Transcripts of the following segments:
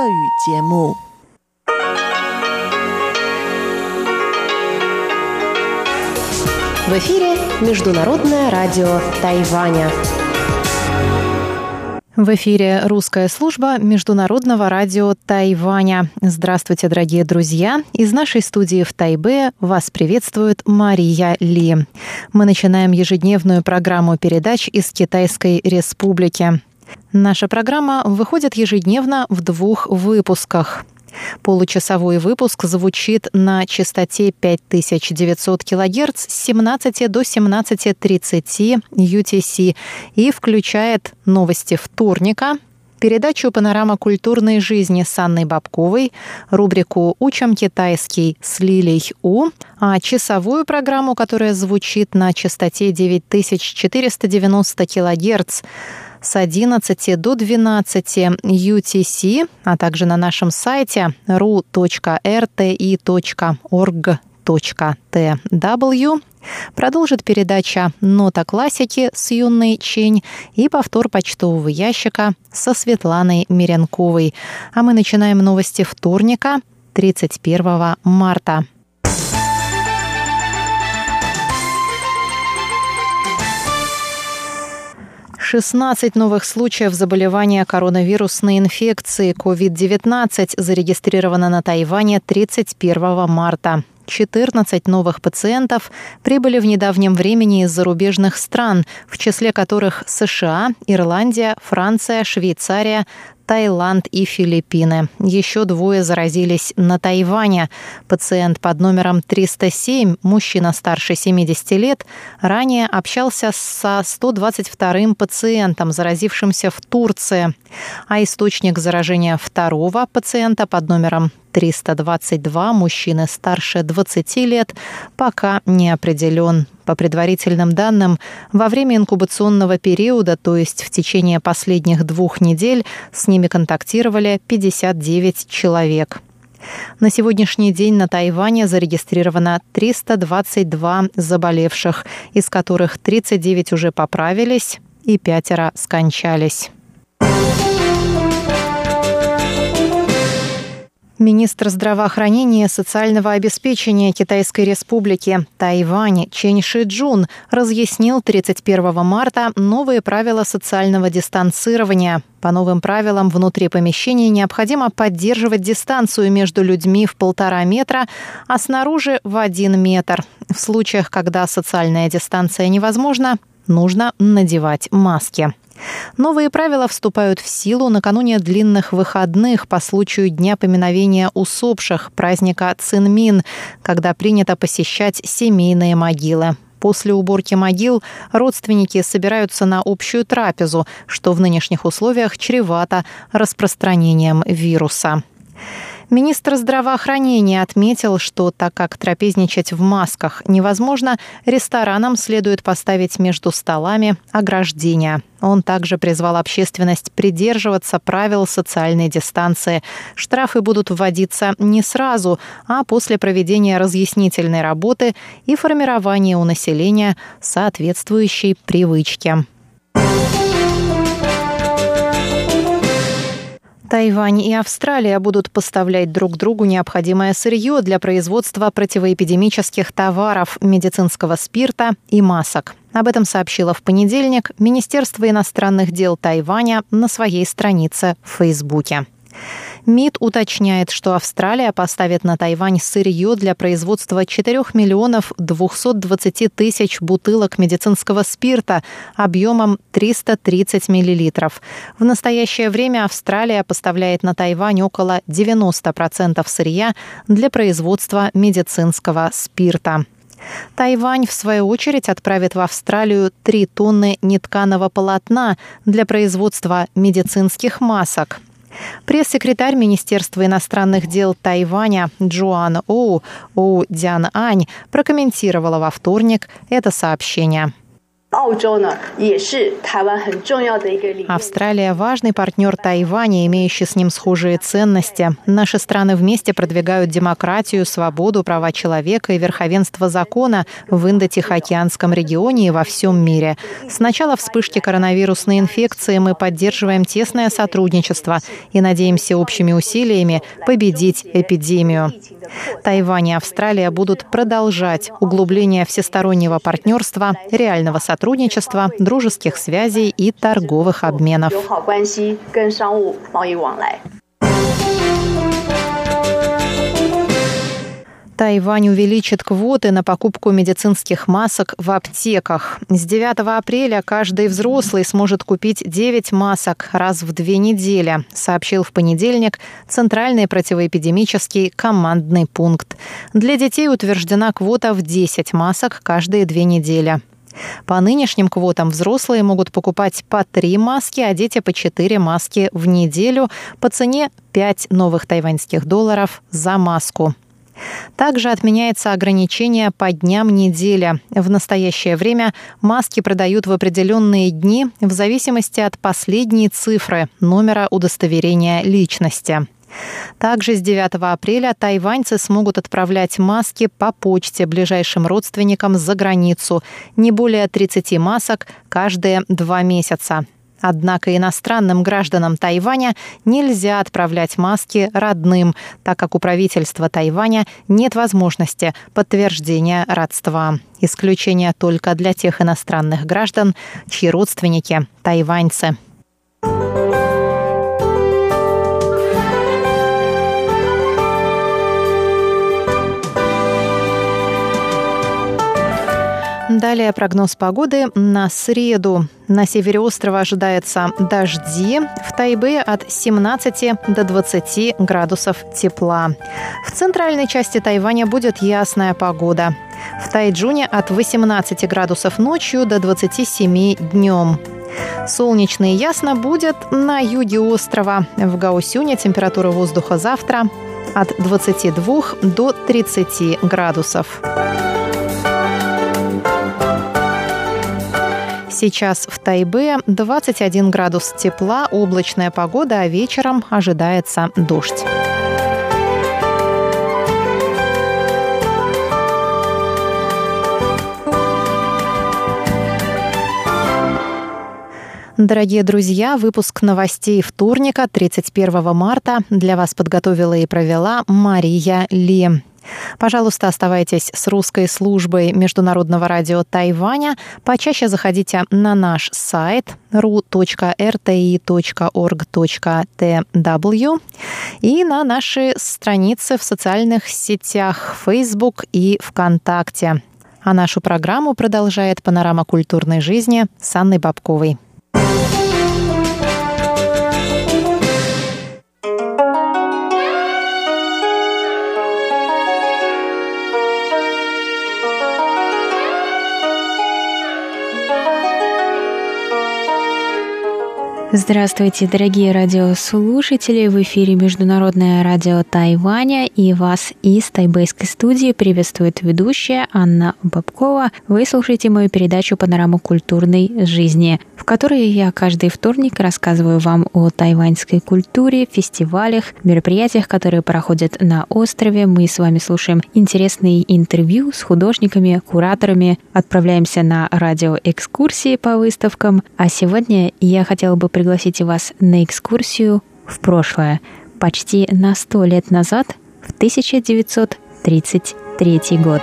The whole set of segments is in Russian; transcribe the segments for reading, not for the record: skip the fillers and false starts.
节目. В эфире Международное радио Тайваня. В эфире русская служба Международного радио Тайваня. Здравствуйте, дорогие друзья! Из нашей студии в Тайбе вас приветствует Мария Ли. Мы начинаем ежедневную программу передач из Китайской Республики. Наша программа выходит ежедневно в 2 выпусках. Получасовой выпуск звучит на частоте 5900 кГц с 17 до 17:30 UTC и включает новости вторника, передачу «Панорама культурной жизни» с Анной Бабковой, рубрику «Учим китайский» с Лилей У, а часовую программу, которая звучит на частоте 9490 кГц с 11 до 12 UTC, а также на нашем сайте ru.rti.org.tw. Продолжит передача «Нота классики» с Юной Чень и повтор почтового ящика со Светланой Мирянковой. А мы начинаем новости вторника, 31 марта. 16 новых случаев заболевания коронавирусной инфекцией COVID-19 зарегистрировано на Тайване 31 марта. 14 новых пациентов прибыли в недавнем времени из зарубежных стран, в числе которых США, Ирландия, Франция, Швейцария, Таиланд и Филиппины. Еще 2 заразились на Тайване. Пациент под номером 307, мужчина старше 70 лет, ранее общался со 122-м пациентом, заразившимся в Турции. А источник заражения 2-го пациента под номером 322, мужчины старше 20 лет, пока не определен. По предварительным данным, во время инкубационного периода, то есть в течение последних 2 недель, с ними контактировали 59 человек. На сегодняшний день на Тайване зарегистрировано 322 заболевших, из которых 39 уже поправились и 5 скончались. Министр здравоохранения и социального обеспечения Китайской Республики Тайвань Чен Шиджун разъяснил 31 марта новые правила социального дистанцирования. По новым правилам внутри помещения необходимо поддерживать дистанцию между людьми в 1,5 метра, а снаружи в 1 метр. В случаях, когда социальная дистанция невозможна, нужно надевать маски. Новые правила вступают в силу накануне длинных выходных по случаю Дня поминовения усопших, праздника Цинмин, когда принято посещать семейные могилы. После уборки могил родственники собираются на общую трапезу, что в нынешних условиях чревато распространением вируса. Министр здравоохранения отметил, что так как трапезничать в масках невозможно, ресторанам следует поставить между столами ограждения. Он также призвал общественность придерживаться правил социальной дистанции. Штрафы будут вводиться не сразу, а после проведения разъяснительной работы и формирования у населения соответствующей привычки. Тайвань и Австралия будут поставлять друг другу необходимое сырье для производства противоэпидемических товаров, медицинского спирта и масок. Об этом сообщило в понедельник Министерство иностранных дел Тайваня на своей странице в Фейсбуке. МИД уточняет, что Австралия поставит на Тайвань сырье для производства 4 220 000 бутылок медицинского спирта объемом 330 мл. В настоящее время Австралия поставляет на Тайвань около 90% сырья для производства медицинского спирта. Тайвань, в свою очередь, отправит в Австралию 3 тонны нетканого полотна для производства медицинских масок. Пресс-секретарь Министерства иностранных дел Тайваня Джоан Оу Дзян Ань прокомментировала во вторник это сообщение. Австралия – важный партнер Тайваня, имеющий с ним схожие ценности. Наши страны вместе продвигают демократию, свободу, права человека и верховенство закона в Индо-Тихоокеанском регионе и во всем мире. С начала вспышки коронавирусной инфекции мы поддерживаем тесное сотрудничество и надеемся общими усилиями победить эпидемию. Тайвань и Австралия будут продолжать углубление всестороннего партнерства, реального сотрудничества, дружеских связей и торговых обменов. Тайвань увеличит квоты на покупку медицинских масок в аптеках. С 9 апреля каждый взрослый сможет купить 9 масок раз в 2 недели, сообщил в понедельник Центральный противоэпидемический командный пункт. Для детей утверждена квота в 10 масок каждые 2 недели. По нынешним квотам взрослые могут покупать по 3 маски, а дети по 4 маски в неделю по цене 5 новых тайваньских долларов за маску. Также отменяется ограничение по дням недели. В настоящее время маски продают в определенные дни в зависимости от последней цифры номера удостоверения личности. Также с 9 апреля тайваньцы смогут отправлять маски по почте ближайшим родственникам за границу. Не более 30 масок каждые 2 месяца. Однако иностранным гражданам Тайваня нельзя отправлять маски родным, так как у правительства Тайваня нет возможности подтверждения родства. Исключение только для тех иностранных граждан, чьи родственники – тайваньцы. Далее прогноз погоды на среду. На севере острова ожидаются дожди. В Тайбэе от 17 до 20 градусов тепла. В центральной части Тайваня будет ясная погода. В Тайчжуне от 18 градусов ночью до 27 днем. Солнечно и ясно будет на юге острова. В Гаосюне температура воздуха завтра от 22 до 30 градусов. Сейчас в Тайбэе 21 градус тепла, облачная погода, а вечером ожидается дождь. Дорогие друзья, выпуск новостей вторника, 31 марта для вас подготовила и провела Мария Ли. Пожалуйста, оставайтесь с русской службой Международного радио Тайваня. Почаще заходите на наш сайт ru.rti.org.tw и на наши страницы в социальных сетях Facebook и ВКонтакте. А нашу программу продолжает «Панорама культурной жизни» с Анной Бабковой. Здравствуйте, дорогие радиослушатели! В эфире Международное радио Тайваня, и вас из тайбэйской студии приветствует ведущая Анна Бабкова. Вы слушаете мою передачу «Панорама культурной жизни», в которой я каждый вторник рассказываю вам о тайваньской культуре, фестивалях, мероприятиях, которые проходят на острове. Мы с вами слушаем интересные интервью с художниками, кураторами, отправляемся на радиоэкскурсии по выставкам. А сегодня я хотела бы пригласить вас на экскурсию в прошлое, почти на 100 лет назад, в 1933 год.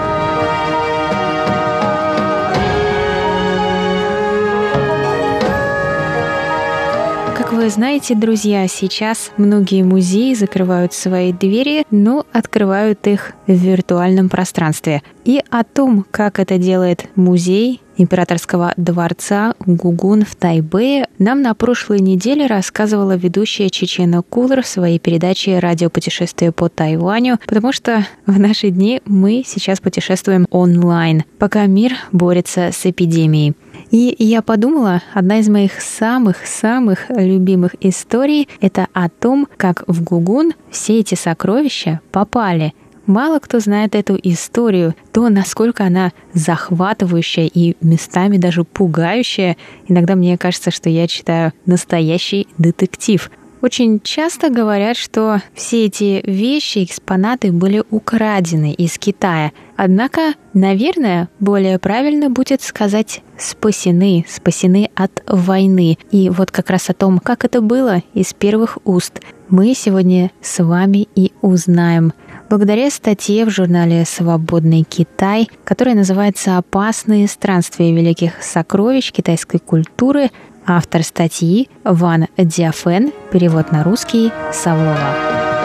Как вы знаете, друзья, сейчас многие музеи закрывают свои двери, но открывают их в виртуальном пространстве. И о том, как это делает музей Императорского дворца Гугун в Тайбэе, нам на прошлой неделе рассказывала ведущая Чечена Кулер в своей передаче «Радиопутешествие по Тайваню», потому что в наши дни мы сейчас путешествуем онлайн, пока мир борется с эпидемией. И я подумала, одна из моих самых-самых любимых историй — это о том, как в Гугун все эти сокровища попали. мало кто знает эту историю, то насколько она захватывающая и местами даже пугающая. Иногда мне кажется, что я читаю настоящий детектив. Очень часто говорят, что все эти вещи, экспонаты были украдены из Китая. Однако, наверное, более правильно будет сказать спасены от войны. И вот как раз о том, как это было из первых уст, мы сегодня с вами и узнаем. Благодаря статье в журнале «Свободный Китай», которая называется «Опасные странствия великих сокровищ китайской культуры», автор статьи Ван Дяфэн, перевод на русский Савлова.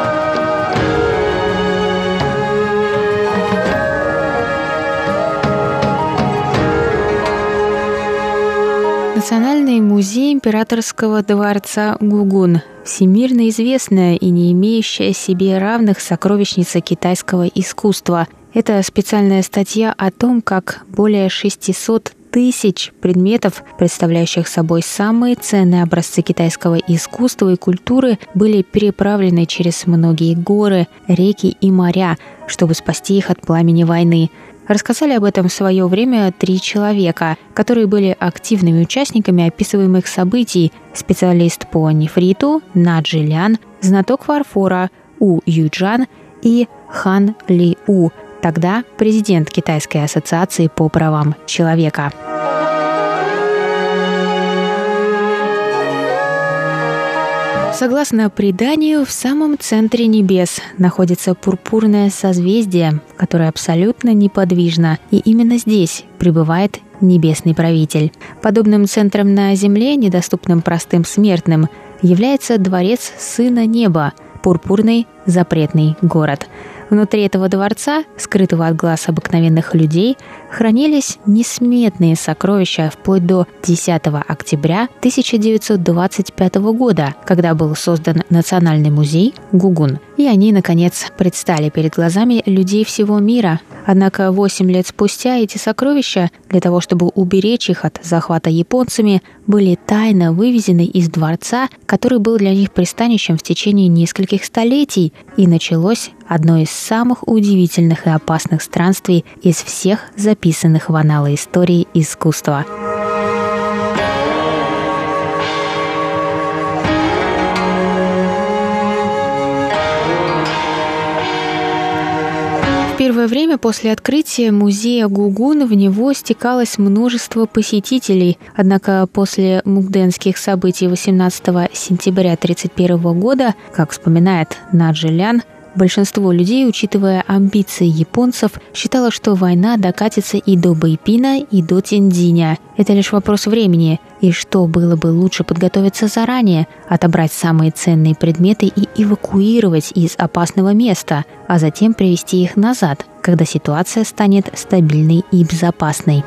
Национальный музей императорского дворца Гугун – всемирно известная и не имеющая себе равных сокровищница китайского искусства. Это специальная статья о том, как более 600 тысяч предметов, представляющих собой самые ценные образцы китайского искусства и культуры, были переправлены через многие горы, реки и моря, чтобы спасти их от пламени войны. Рассказали об этом в свое время 3 человека, которые были активными участниками описываемых событий: специалист по нефриту Наджи Лян, знаток фарфора У Юджан и Хан Ли У, тогда президент Китайской ассоциации по правам человека. Согласно преданию, в самом центре небес находится пурпурное созвездие, которое абсолютно неподвижно, и именно здесь пребывает небесный правитель. Подобным центром на Земле, недоступным простым смертным, является дворец Сына Неба, пурпурный запретный город. Внутри этого дворца, скрытого от глаз обыкновенных людей, хранились несметные сокровища вплоть до 10 октября 1925 года, когда был создан Национальный музей Гугун. И они, наконец, предстали перед глазами людей всего мира. Однако 8 лет спустя эти сокровища, для того чтобы уберечь их от захвата японцами, были тайно вывезены из дворца, который был для них пристанищем в течение нескольких столетий, и началось одно из самых удивительных и опасных странствий из всех записанных в анналы истории искусства. В первое время после открытия музея Гугун в него стекалось множество посетителей, однако после мукденских событий 18 сентября 1931 года, как вспоминает Наджи Лян, большинство людей, учитывая амбиции японцев, считало, что война докатится и до Бэйпина, и до Тяньцзиня. Это лишь вопрос времени. И что было бы лучше подготовиться заранее, отобрать самые ценные предметы и эвакуировать из опасного места, а затем привезти их назад, когда ситуация станет стабильной и безопасной.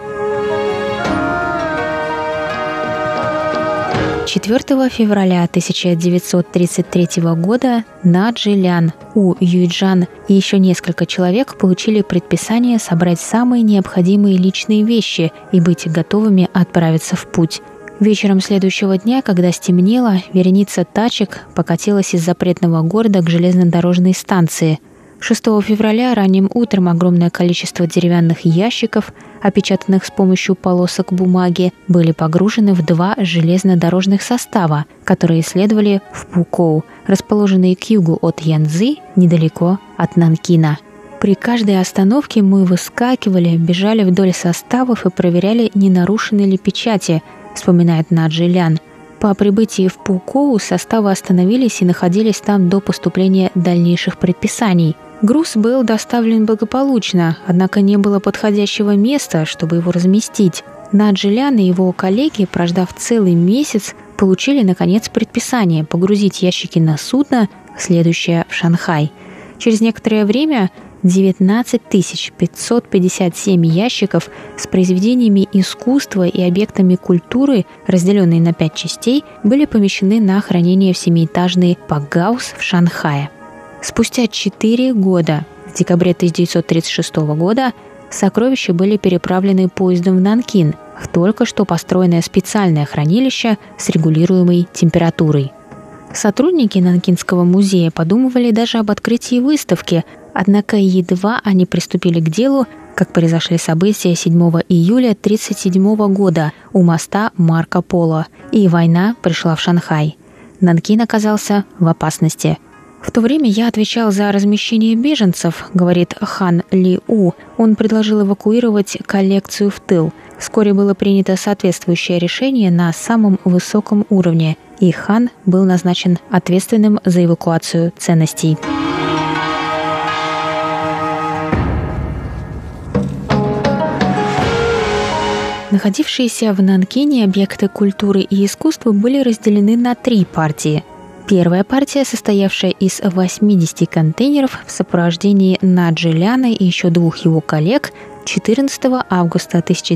4 февраля 1933 года Наджи Лян, У Юджан и еще несколько человек получили предписание собрать самые необходимые личные вещи и быть готовыми отправиться в путь. Вечером следующего дня, когда стемнело, вереница тачек покатилась из запретного города к железнодорожной станции. 6 февраля ранним утром огромное количество деревянных ящиков, опечатанных с помощью полосок бумаги, были погружены в 2 железнодорожных состава, которые следовали в Пукоу, расположенные к югу от Янцзы, недалеко от Нанкина. При каждой остановке мы выскакивали, бежали вдоль составов и проверяли, не нарушены ли печати, вспоминает Наджи Лян. По прибытии в Пукоу составы остановились и находились там до поступления дальнейших предписаний. Груз был доставлен благополучно, однако не было подходящего места, чтобы его разместить. Наджи Лян и его коллеги, прождав целый месяц, получили, наконец, предписание погрузить ящики на судно, следующее в Шанхай. Через некоторое время 19 557 ящиков с произведениями искусства и объектами культуры, разделенные на 5 частей, были помещены на хранение в 7-этажный пакгаус в Шанхае. Спустя 4 года, в декабре 1936 года, сокровища были переправлены поездом в Нанкин, в только что построенное специальное хранилище с регулируемой температурой. Сотрудники Нанкинского музея подумывали даже об открытии выставки, Однако едва они приступили к делу, как произошли события 7 июля 1937 года у моста Марко Поло, и война пришла в Шанхай. Нанкин оказался в опасности. «В то время я отвечал за размещение беженцев», — говорит Хан Ли У. Он предложил эвакуировать коллекцию в тыл. Вскоре было принято соответствующее решение на самом высоком уровне, и Хан был назначен ответственным за эвакуацию ценностей. Находившиеся в Нанкине объекты культуры и искусства были разделены на 3 партии. Первая партия, состоявшая из 80 контейнеров в сопровождении Наджи Ляна и еще 2 его коллег, 14 августа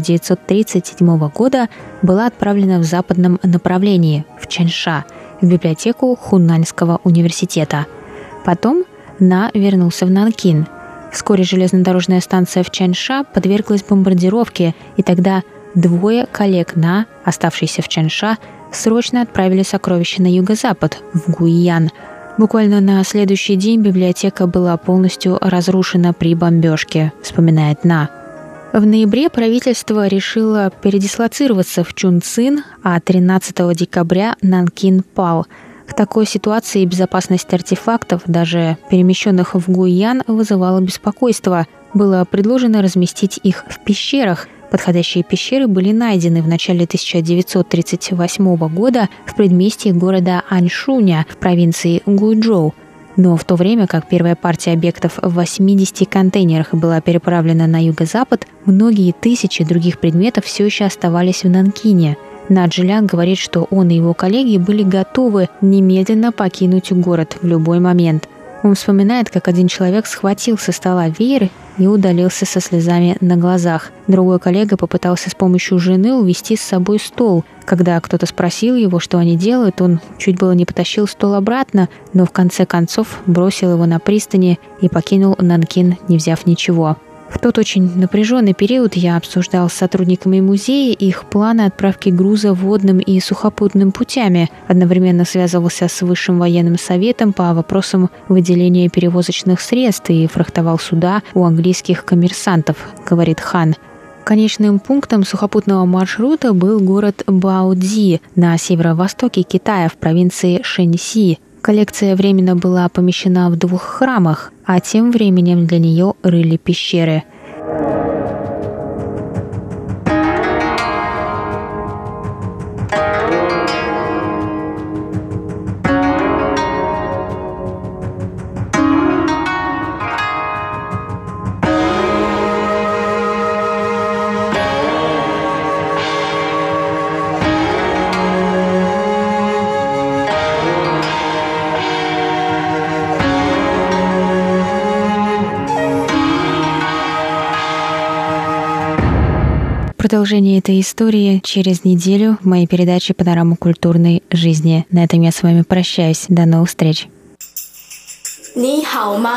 1937 года была отправлена в западном направлении, в Чанша, в библиотеку Хунаньского университета. Потом На вернулся в Нанкин. Вскоре железнодорожная станция в Чанша подверглась бомбардировке, и тогда 2 коллег На, оставшиеся в Чанша, срочно отправили сокровища на юго-запад, в Гуйян. Буквально на следующий день библиотека была полностью разрушена при бомбежке, вспоминает На. В ноябре правительство решило передислоцироваться в Чунцин, а 13 декабря Нанкин пал. В такой ситуации безопасность артефактов, даже перемещенных в Гуйян, вызывала беспокойство. Было предложено разместить их в пещерах. Подходящие пещеры были найдены в начале 1938 года в предместье города Аньшуня в провинции Гуйчжоу. Но в то время как первая партия объектов в 80 контейнерах была переправлена на юго-запад, многие тысячи других предметов все еще оставались в Нанкине. Наджи Лян говорит, что он и его коллеги были готовы немедленно покинуть город в любой момент. Он вспоминает, как один человек схватил со стола веер и удалился со слезами на глазах. Другой коллега попытался с помощью жены увести с собой стол. Когда кто-то спросил его, что они делают, он чуть было не потащил стол обратно, но в конце концов бросил его на пристани и покинул Нанкин, не взяв ничего. В тот очень напряженный период я обсуждал с сотрудниками музея их планы отправки груза водным и сухопутным путями, одновременно связывался с Высшим военным советом по вопросам выделения перевозочных средств и фрахтовал суда у английских коммерсантов, говорит Хан. Конечным пунктом сухопутного маршрута был город Баодзи на северо-востоке Китая в провинции Шэньси. Коллекция временно была помещена в 2 храмах, а тем временем для нее рыли пещеры. Продолжение этой истории через неделю в моей передаче «Панорама культурной жизни». На этом я с вами прощаюсь. До новых встреч. 你好吗?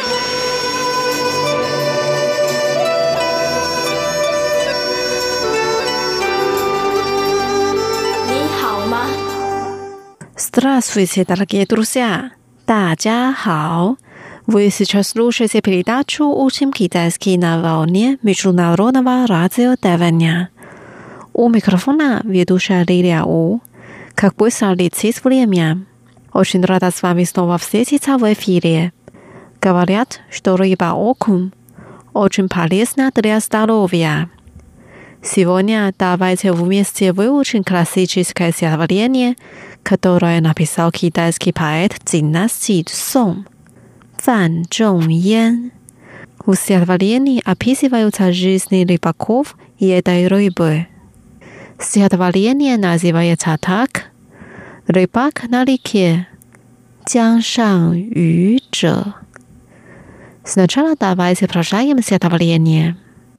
Здравствуйте, дорогие друзья! 大家好! Вы сейчас слушаете передачу «Учим китайский на волне» Международного радио Тайваня. У микрофона ведущая Лилия У. Как быстро летит время. Очень рада с вами снова встретиться в эфире. Говорят, что рыба окунь очень полезна для здоровья. Сегодня давайте вместе выучим классическое стихотворение, которое написал китайский поэт династии Сон. Фан Чжоуян. В стихотворении описываются жизни рыбаков и этой рыбы. Стихотворение называется так: «Рыбак на реке, Jiang Shang Yu Zhe». Сначала давайте прочитаем стихотворение.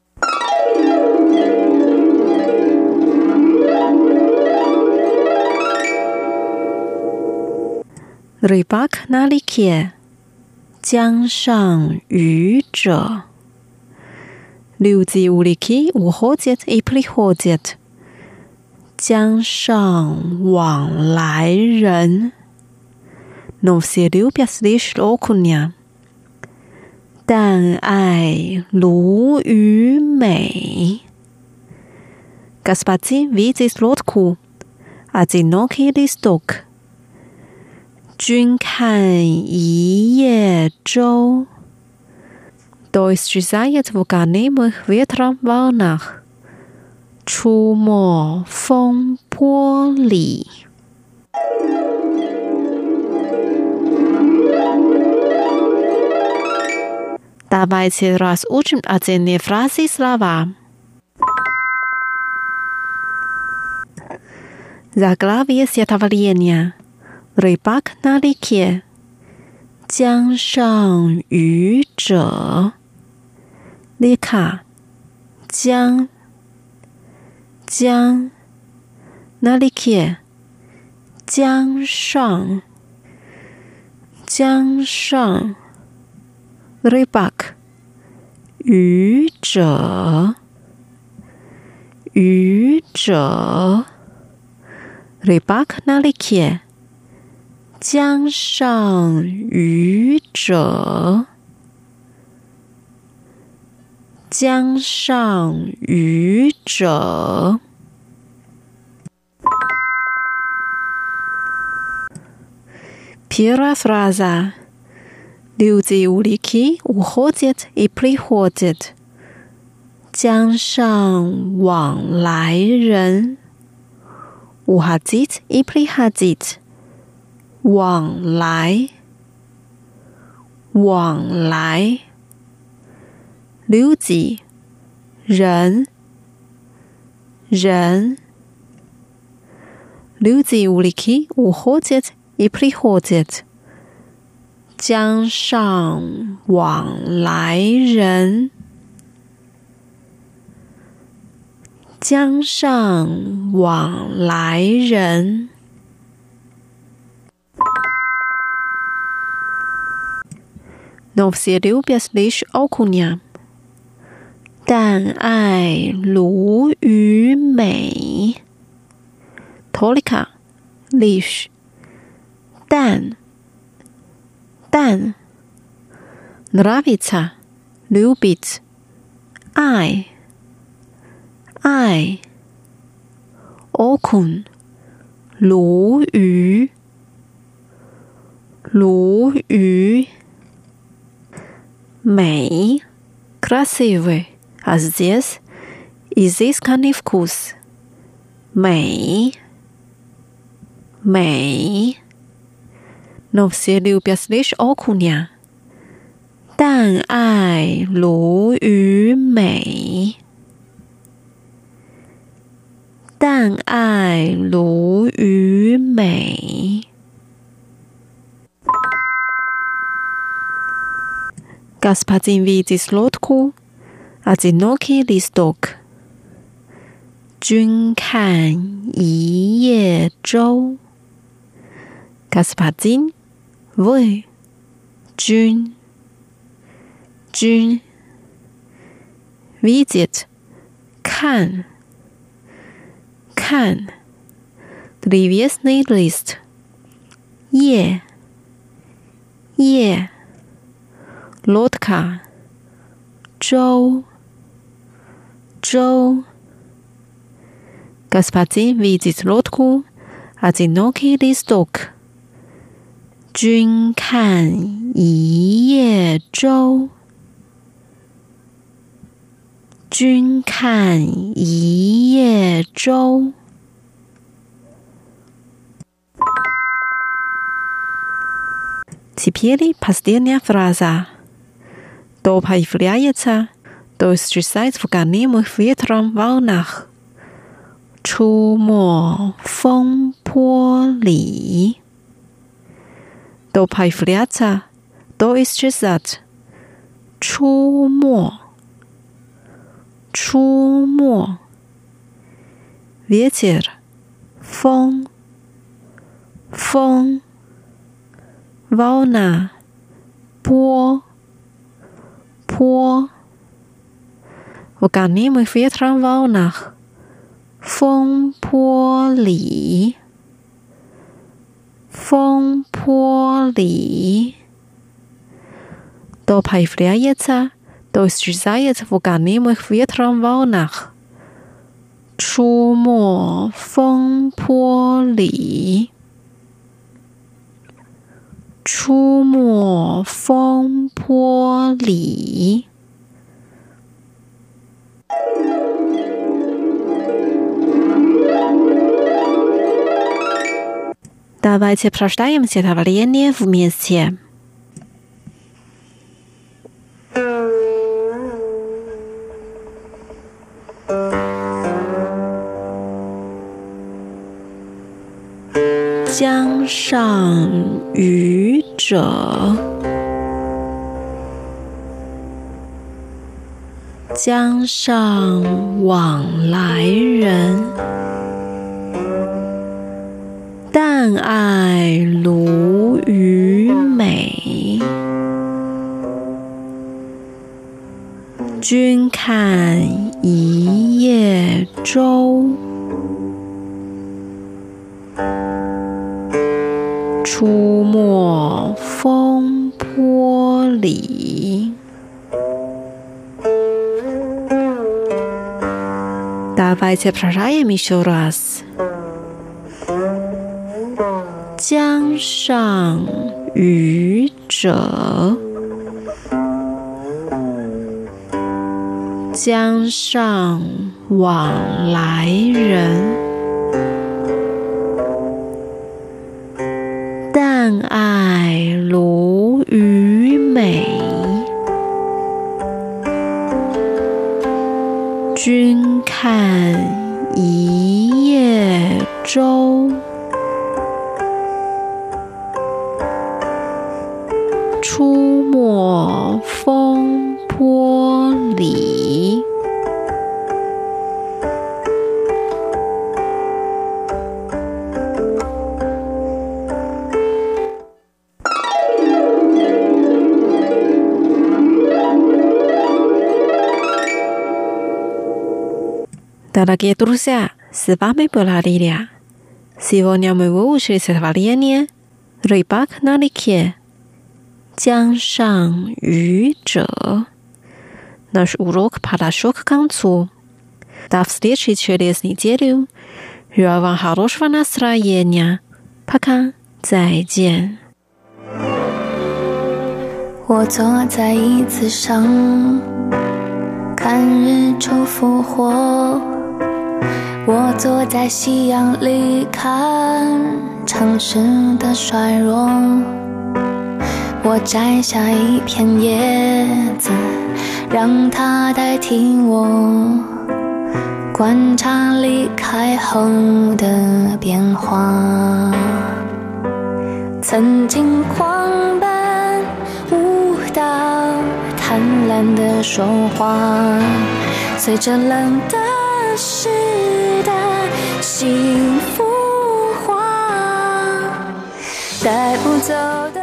Рыбак на реке, Jiang Shang Yu Zhe. Люди у реки уходят и приходят. Jiang Shang Wang Lai Ren. Но все любят лишь окуня. 但爱鲈鱼美。Господин видит лодку, одинокий листок. 君看一叶舟 То исчезает в гонимых ветром волнах. 出没风波里。Давайте разучим отдельные фразы и слова. Заглавие стихотворения. Рыбак на реке. 江上渔者。река. 江 на реке. 江上 рыбак. 渔者 рыбак на реке. 江上渔者 江上渔者。Первая фраза. Люди у реки уходят и приходят. 江上往来人 уходить и приходить. 往来 люди 人 люди у реки уходят и приходят. 江上往来人 江上往来人。Но все любят лишь окуня. 但爱鲈鱼美。Только лишь. 但 нравится, любит. 爱 окунь 鲈鱼 美 красивый, а здесь изысканный вкус. 美 Но все любят лишь окуня. 但爱鲈鱼美。但爱鲈鱼美。Господин видит лодку, одинокий листок. 君看一叶舟。Господин, вы, 君 видит, 看 древесный лист. 叶 лодка 舟 Господин видит лодку, одинокий листок. 君看一叶舟。君看一叶舟。Теперь последняя фраза. То появляется, то исчезает в гонимых ветром волнах. 出没风波里。То появляться, то исчезать. 出没 ветер 风 волна 波 в гонимых ветром волнах. 风波里 то появляется, то исчезает в гонимых ветром волнах. 出没风波里，出没风波里。Давайте прочитаем стихотворение вместе. 江上渔者，江上往来人，但爱鲈鱼美，君看一叶舟，出没风波里。Давайте прочитаем еще раз. 江上渔者，江上往来人，但爱鲈鱼美，君看一叶舟，出没风波里。Дорогие друзья, с вами была Лилия. Сегодня мы выучили стихотворение «Рыбак на реке», 江上渔者. Наш урок подошел к концу. До встречи через неделю. Желаю вам хорошего настроения. Пока, 再见。 我坐在椅子上，看日出复活。我坐在夕阳里，看城市的衰弱。我摘下一片叶子，让它代替我，观察离开后的变化。曾经狂奔舞蹈，贪婪的说话，随着冷的时的幸福化，带不走的。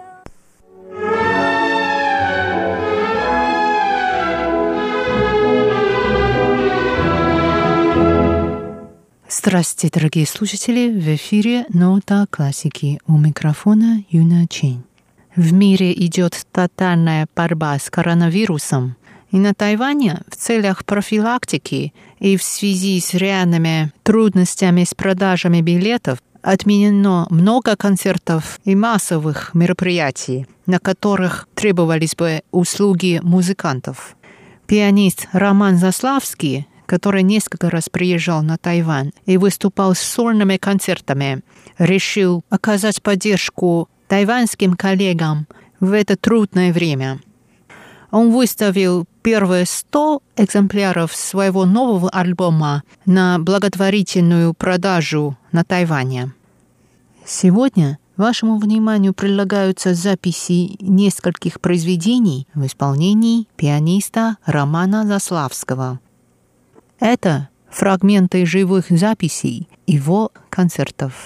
Здравствуйте, дорогие слушатели! В эфире «Нота классики». У микрофона Юна Чень. В мире идет тотальная борьба с коронавирусом. И на Тайване в целях профилактики и в связи с реальными трудностями с продажами билетов отменено много концертов и массовых мероприятий, на которых требовались бы услуги музыкантов. Пианист Роман Заславский, который несколько раз приезжал на Тайвань и выступал с сольными концертами, решил оказать поддержку тайваньским коллегам в это трудное время. Он выставил первые 100 экземпляров своего нового альбома на благотворительную продажу на Тайване. Сегодня вашему вниманию предлагаются записи нескольких произведений в исполнении пианиста Романа Заславского. Это фрагменты живых записей его концертов.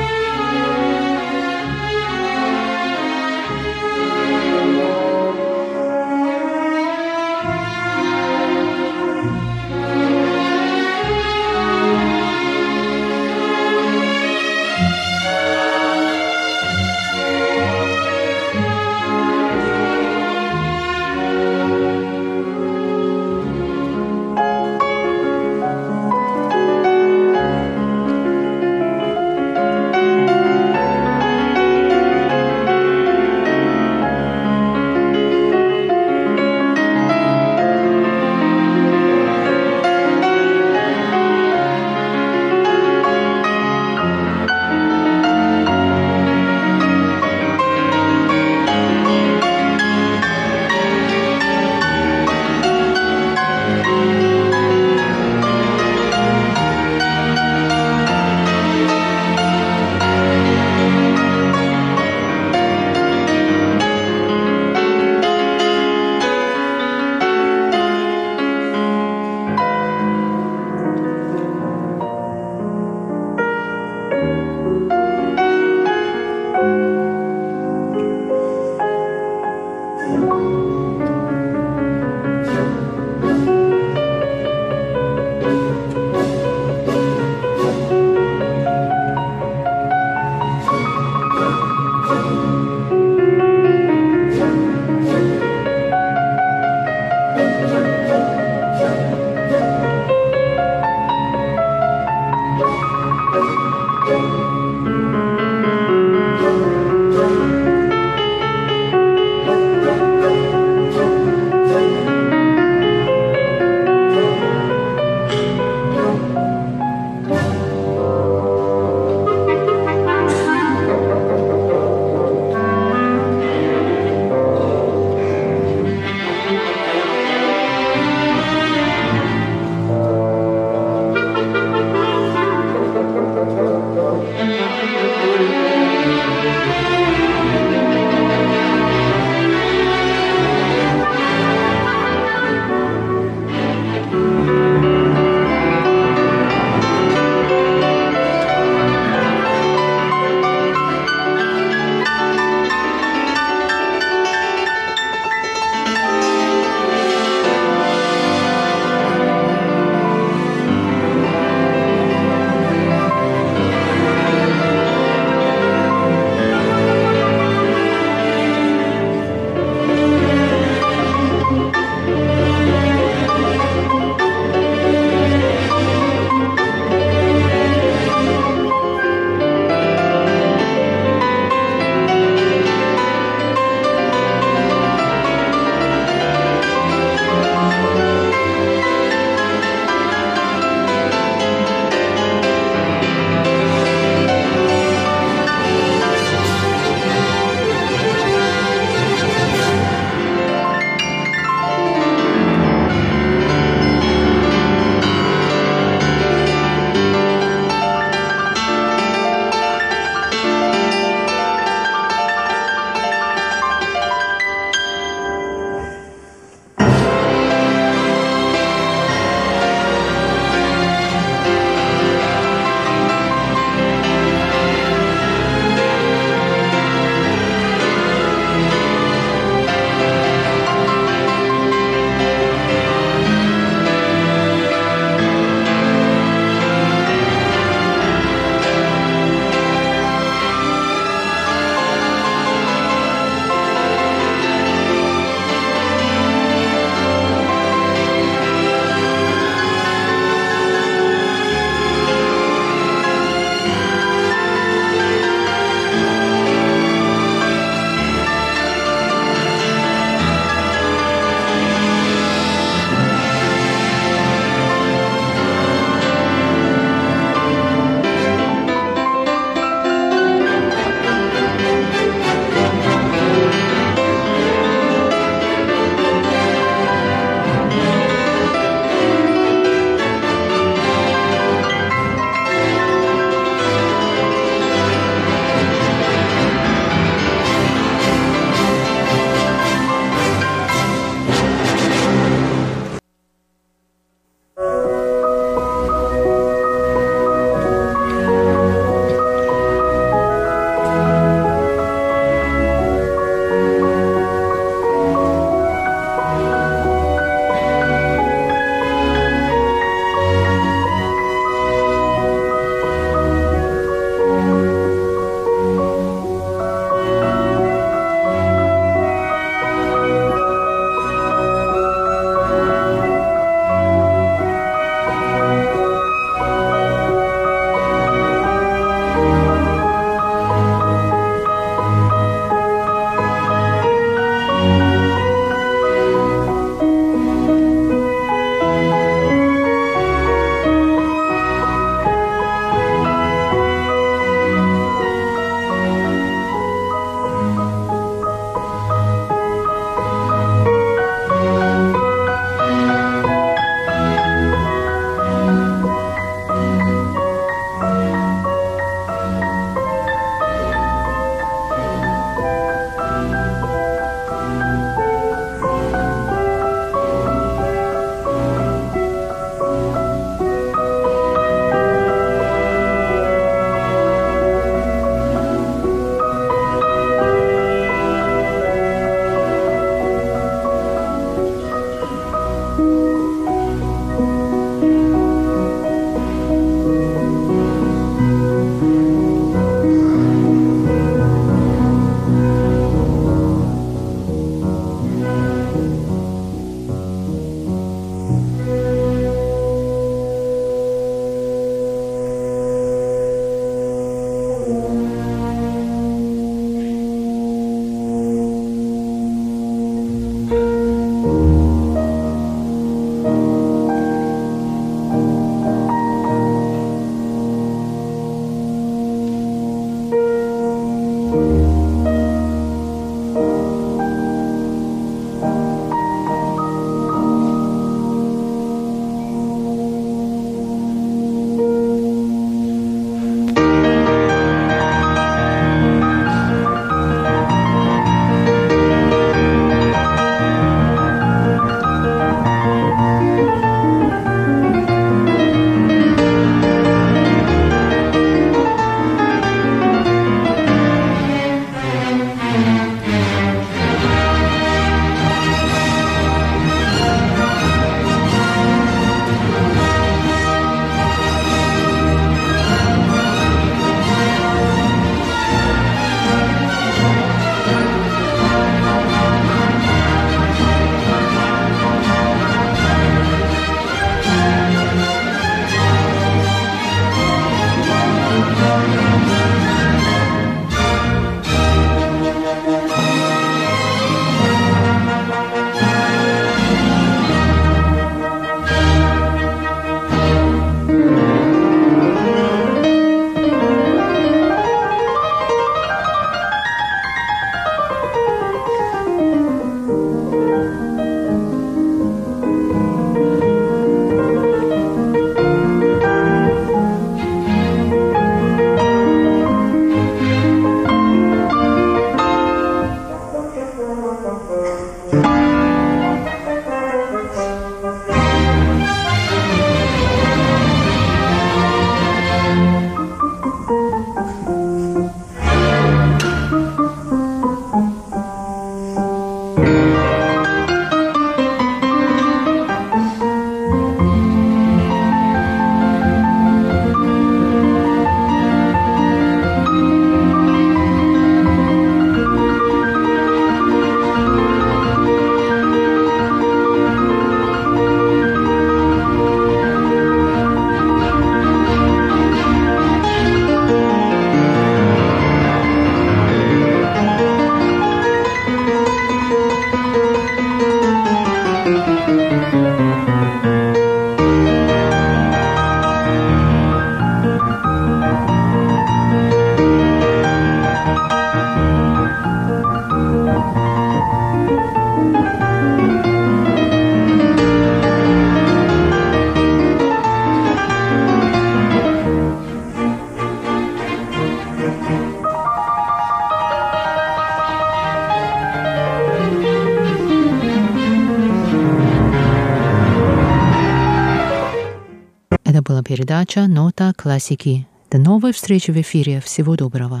передача «Нота классики». До новой встречи в эфире. Всего доброго.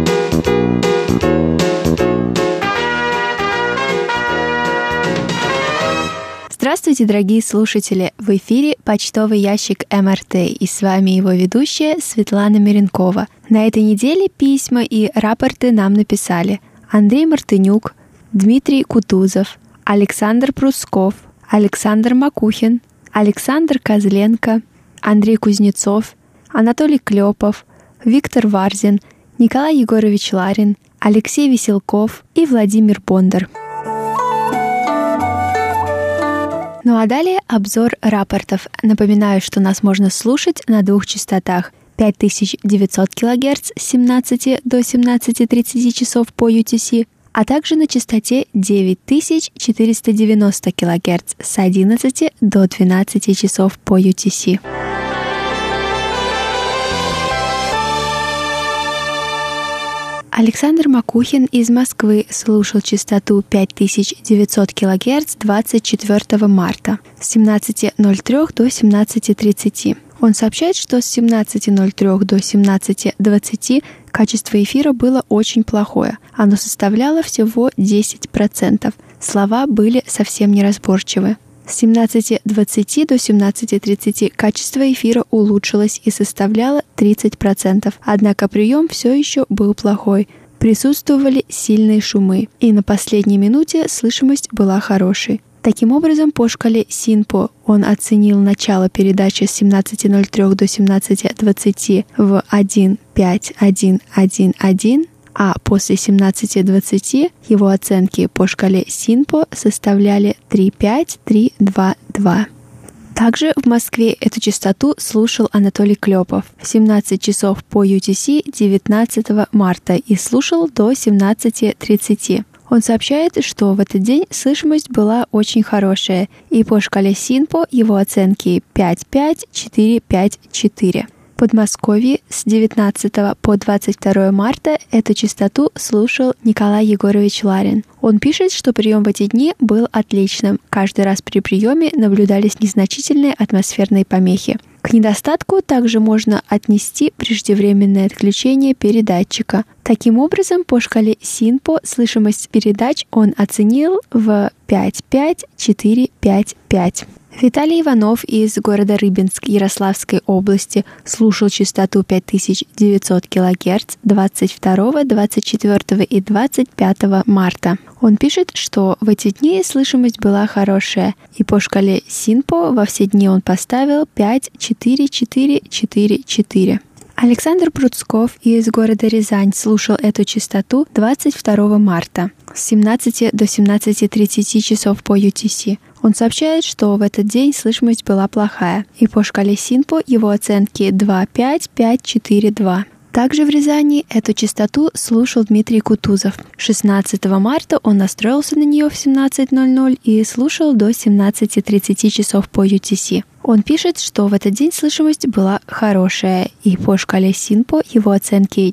Здравствуйте, дорогие слушатели! В эфире почтовый ящик МРТ, и с вами его ведущая Светлана Миренкова. На этой неделе письма и рапорты нам написали Андрей Мартынюк, Дмитрий Кутузов, Александр Прусков, Александр Макухин, Александр Козленко, Андрей Кузнецов, Анатолий Клепов, Виктор Варзин, Николай Егорович Ларин, Алексей Веселков и Владимир Бондар. Ну а далее обзор рапортов. Напоминаю, что нас можно слушать на двух частотах: 5900 кГц с 17 до 17:30 часов по UTC, а также на частоте 9490 кГц с 11 до 12 часов по UTC. Александр Макухин из Москвы слушал частоту 5900 кГц 24 марта с 17:03 до 17:30. Он сообщает, что с 17:03 до 17:20 качество эфира было очень плохое. Оно составляло всего 10%. Слова были совсем неразборчивы. С 17:20 до 17:30 качество эфира улучшилось и составляло 30%. Однако прием все еще был плохой. Присутствовали сильные шумы, и на последней минуте слышимость была хорошей. Таким образом, по шкале Синпо он оценил начало передачи с 17:03 до 17:20 в 1,5,1,1,1, а после 17:20 его оценки по шкале Синпо составляли 3,5,3,2,2. Также в Москве эту частоту слушал Анатолий Клепов в 17 часов по UTC 19 марта и слушал до 17:30. Он сообщает, что в этот день слышимость была очень хорошая, и по шкале Синпо его оценки 5,5,4,5,4. В Подмосковье с 19 по 22 марта эту частоту слушал Николай Егорович Ларин. Он пишет, что прием в эти дни был отличным. Каждый раз при приеме наблюдались незначительные атмосферные помехи. К недостатку также можно отнести преждевременное отключение передатчика. Таким образом, по шкале Синпо слышимость передач он оценил в 5,5,4,5,5. Виталий Иванов из города Рыбинск Ярославской области слушал частоту 5900 кГц 22, 24 и 25 марта. Он пишет, что в эти дни слышимость была хорошая, и по шкале Синпо во все дни он поставил 5,4,4,4,4. Александр Прусков из города Рязань слушал эту частоту 22 марта с 17 до 17:30 часов по UTC. Он сообщает, что в этот день слышимость была плохая, и по шкале Синпо его оценки 2,5,5,4,2. Также в Рязани эту частоту слушал Дмитрий Кутузов. 16 марта он настроился на нее в 17:00 и слушал до 17:30 часов по UTC. Он пишет, что в этот день слышимость была хорошая, и по шкале Синпо его оценки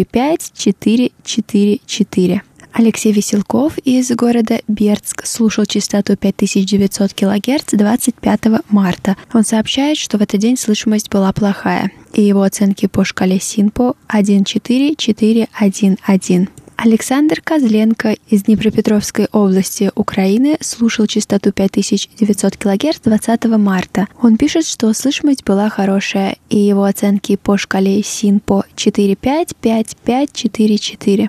4,5,4,4,4. Алексей Веселков из города Бердск слушал частоту 5900 кГц 25 марта. Он сообщает, что в этот день слышимость была плохая, и его оценки по шкале Синпо 1,4,4,1,1. Александр Козленко из Днепропетровской области Украины слушал частоту 5900 кГц 20 марта. Он пишет, что слышимость была хорошая, и его оценки по шкале Синпо 4,5,5,5,4,4.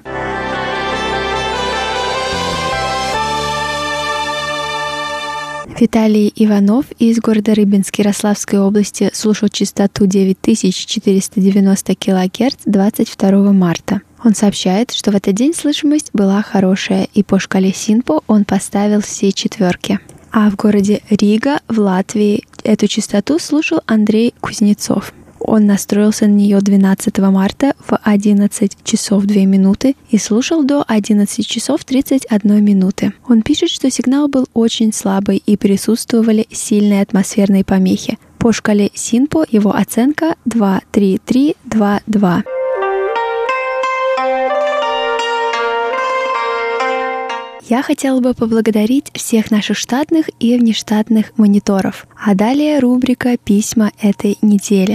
Виталий Иванов из города Рыбинск Ярославской области слушал частоту 9490 кГц 22 марта. Он сообщает, что в этот день слышимость была хорошая, и по шкале Синпо он поставил все четверки. А в городе Рига в Латвии эту частоту слушал Андрей Кузнецов. Он настроился на нее 12 марта в 11 часов 2 минуты и слушал до 11 часов 31 минуты. Он пишет, что сигнал был очень слабый и присутствовали сильные атмосферные помехи. По шкале Синпо его оценка 2,3,3,2,2. Я хотела бы поблагодарить всех наших штатных и внештатных мониторов. А далее рубрика «Письма этой недели».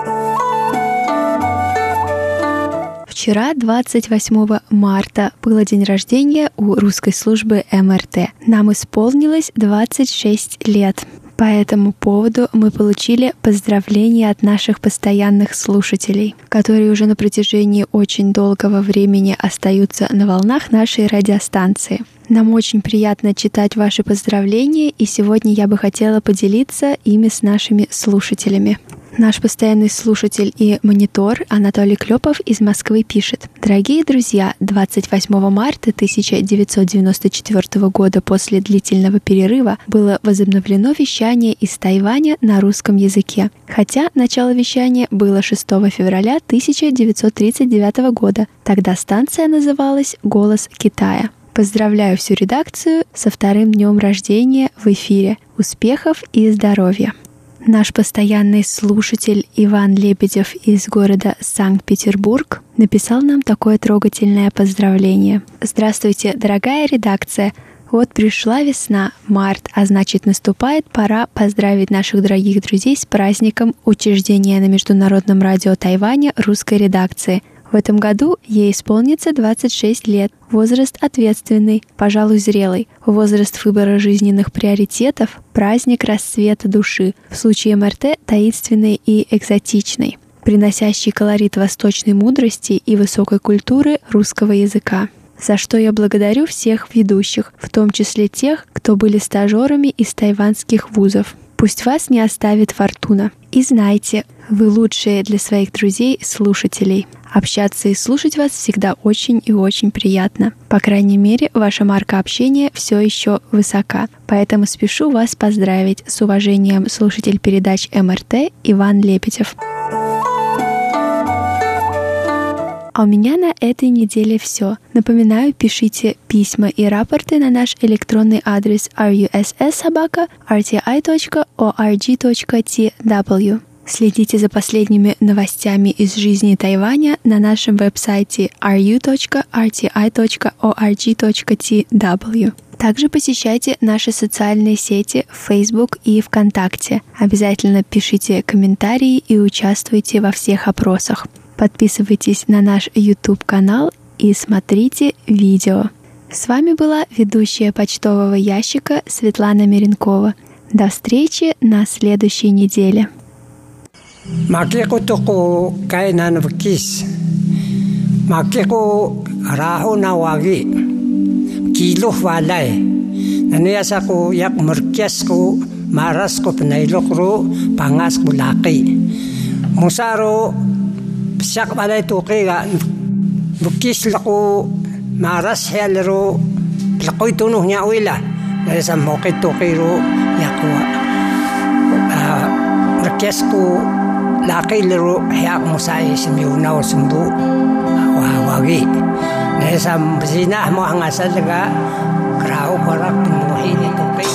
Вчера, 28 марта, был день рождения у русской службы МРТ. Нам исполнилось 26 лет. По этому поводу мы получили поздравления от наших постоянных слушателей, которые уже на протяжении очень долгого времени остаются на волнах нашей радиостанции. Нам очень приятно читать ваши поздравления, и сегодня я бы хотела поделиться ими с нашими слушателями. Наш постоянный слушатель и монитор Анатолий Клёпов из Москвы пишет: «Дорогие друзья, 28 марта 1994 года после длительного перерыва было возобновлено вещание из Тайваня на русском языке, хотя начало вещания было 6 февраля 1939 года. Тогда станция называлась «Голос Китая». Поздравляю всю редакцию со вторым днем рождения в эфире. Успехов и здоровья!» Наш постоянный слушатель Иван Лебедев из города Санкт-Петербург написал нам такое трогательное поздравление. «Здравствуйте, дорогая редакция! Вот пришла весна, март, а значит наступает пора поздравить наших дорогих друзей с праздником учреждения на Международном радио Тайваня русской редакции. В этом году ей исполнится 26 лет. Возраст ответственный, пожалуй, зрелый. Возраст выбора жизненных приоритетов, праздник расцвета души. В случае МРТ таинственный и экзотичный, приносящий колорит восточной мудрости и высокой культуры русского языка. За что я благодарю всех ведущих, в том числе тех, кто были стажерами из тайваньских вузов. Пусть вас не оставит фортуна. И знайте, вы лучшие для своих друзей-слушателей. Общаться и слушать вас всегда очень и очень приятно. По крайней мере, ваша марка общения все еще высока. Поэтому спешу вас поздравить. С уважением, слушатель передач МРТ Иван Лебедев». А у меня на этой неделе все. Напоминаю, пишите письма и рапорты на наш электронный адрес russ@rti.org.tw. Следите за последними новостями из жизни Тайваня на нашем веб-сайте ru.rti.org.tw. Также посещайте наши социальные сети в Facebook и ВКонтакте. Обязательно пишите комментарии и участвуйте во всех опросах. Подписывайтесь на наш YouTube-канал и смотрите видео. С вами была ведущая почтового ящика Светлана Меренкова. До встречи на следующей неделе. Маклекутуку кайнанвкис. Маклеку рахунаваги. Килух валай. Наниясаку як муркяску мараску пнайлукру пангаску лаки. Мусаро Siak balay tuki ga bukis laku maras helero lakoy tunuh nya uila dari sa mokit tuki ro yakwa request ko laki lero yak musai simyuna sumbu wagi dari sa zina mo ang asal ga krao korak tumuhi ni tuki.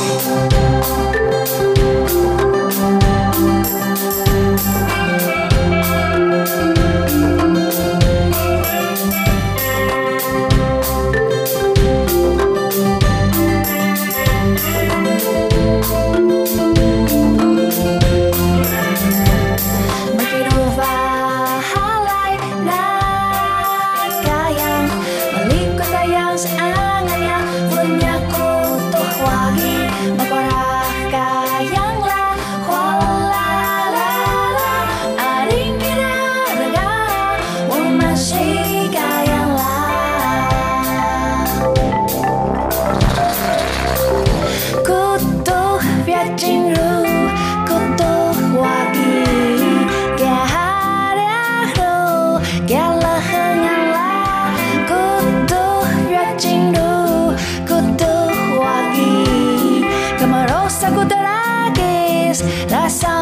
Rasa